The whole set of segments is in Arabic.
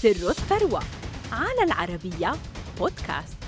سر الثروة على العربية بودكاست.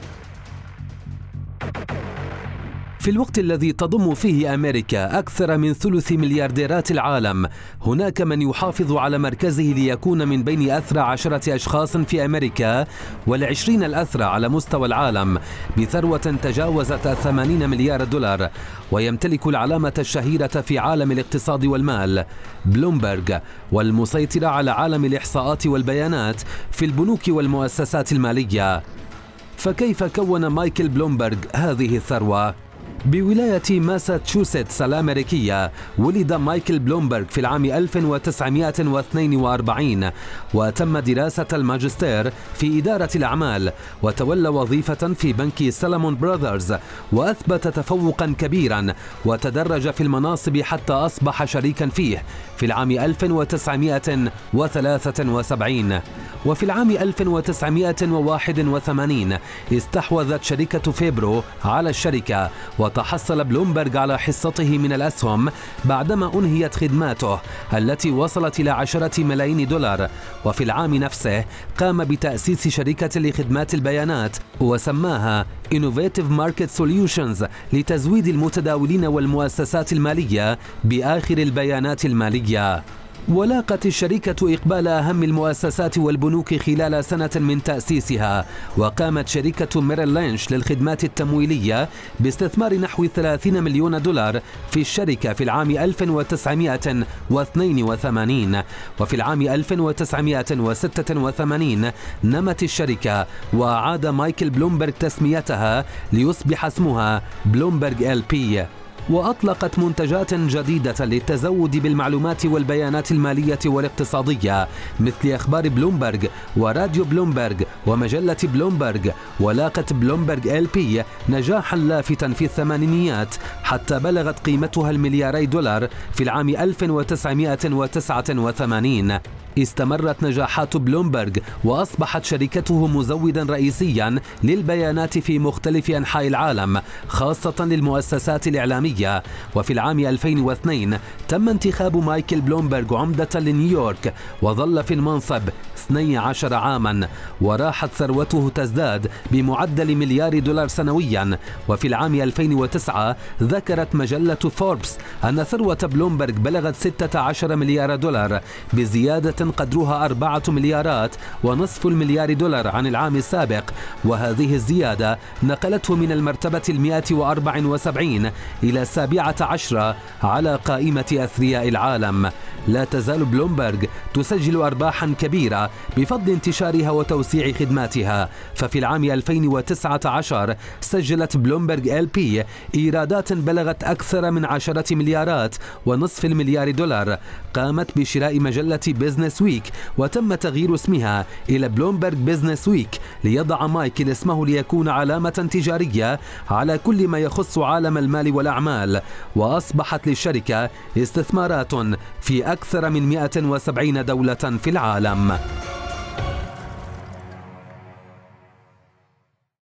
في الوقت الذي تضم فيه أمريكا أكثر من ثلث مليارديرات العالم، هناك من يحافظ على مركزه ليكون من بين أثرى 10 أشخاص في أمريكا وال20 الأثرى على مستوى العالم، بثروة تجاوزت 80 مليار دولار، ويمتلك العلامة الشهيرة في عالم الاقتصاد والمال بلومبرج، والمسيطرة على عالم الإحصاءات والبيانات في البنوك والمؤسسات المالية. فكيف كون مايكل بلومبرج هذه الثروة؟ بولاية ماساتشوستس الأمريكية ولد مايكل بلومبرج في العام 1942، وتم دراسة الماجستير في إدارة الأعمال، وتولى وظيفة في بنك سالمون براذرز، وأثبت تفوقا كبيرا وتدرج في المناصب حتى أصبح شريكا فيه في العام 1973. وفي العام 1981 استحوذت شركة فيبرو على الشركة، وتحصل بلومبرج على حصته من الأسهم بعدما أنهيت خدماته التي وصلت إلى 10 ملايين دولار. وفي العام نفسه قام بتأسيس شركة لخدمات البيانات وسماها Innovative Market Solutions لتزويد المتداولين والمؤسسات المالية بآخر البيانات المالية. ولاقت الشركة إقبال أهم المؤسسات والبنوك خلال سنة من تأسيسها، وقامت شركة ميريل لينش للخدمات التمويلية باستثمار نحو 30 مليون دولار في الشركة في العام 1982. وفي العام 1986 نمت الشركة، وأعاد مايكل بلومبرج تسميتها ليصبح اسمها بلومبرج LP، وأطلقت منتجات جديدة للتزود بالمعلومات والبيانات المالية والاقتصادية مثل أخبار بلومبرج وراديو بلومبرج ومجلة بلومبرج. ولاقت بلومبرج LP نجاحا لافتا في الثمانينيات حتى بلغت قيمتها الملياري دولار في العام 1989. استمرت نجاحات بلومبرج، وأصبحت شركته مزودا رئيسيا للبيانات في مختلف أنحاء العالم، خاصة للمؤسسات الإعلامية. وفي العام 2002 تم انتخاب مايكل بلومبرج عمدة لنيويورك، وظل في المنصب 12 عاما، وراحت ثروته تزداد بمعدل مليار دولار سنويا. وفي العام 2009 ذكرت مجلة فوربس أن ثروة بلومبرج بلغت 16 مليار دولار، بزيادة قدرها 4 مليارات ونصف المليار دولار عن العام السابق، وهذه الزيادة نقلته من المرتبة 174 إلى 17 على قائمة أثرياء العالم. لا تزال بلومبرج تسجل أرباحا كبيرة بفضل انتشارها وتوسيع خدماتها، ففي العام 2019 سجلت بلومبرج LP إيرادات بلغت أكثر من 10 مليارات ونصف المليار دولار. قامت بشراء مجلة بيزنس ويك، وتم تغيير اسمها إلى بلومبرج بيزنس ويك ليضع مايكل اسمه ليكون علامة تجارية على كل ما يخص عالم المال والأعمال. وأصبحت للشركة استثمارات في أكثر من 170 دولة في العالم.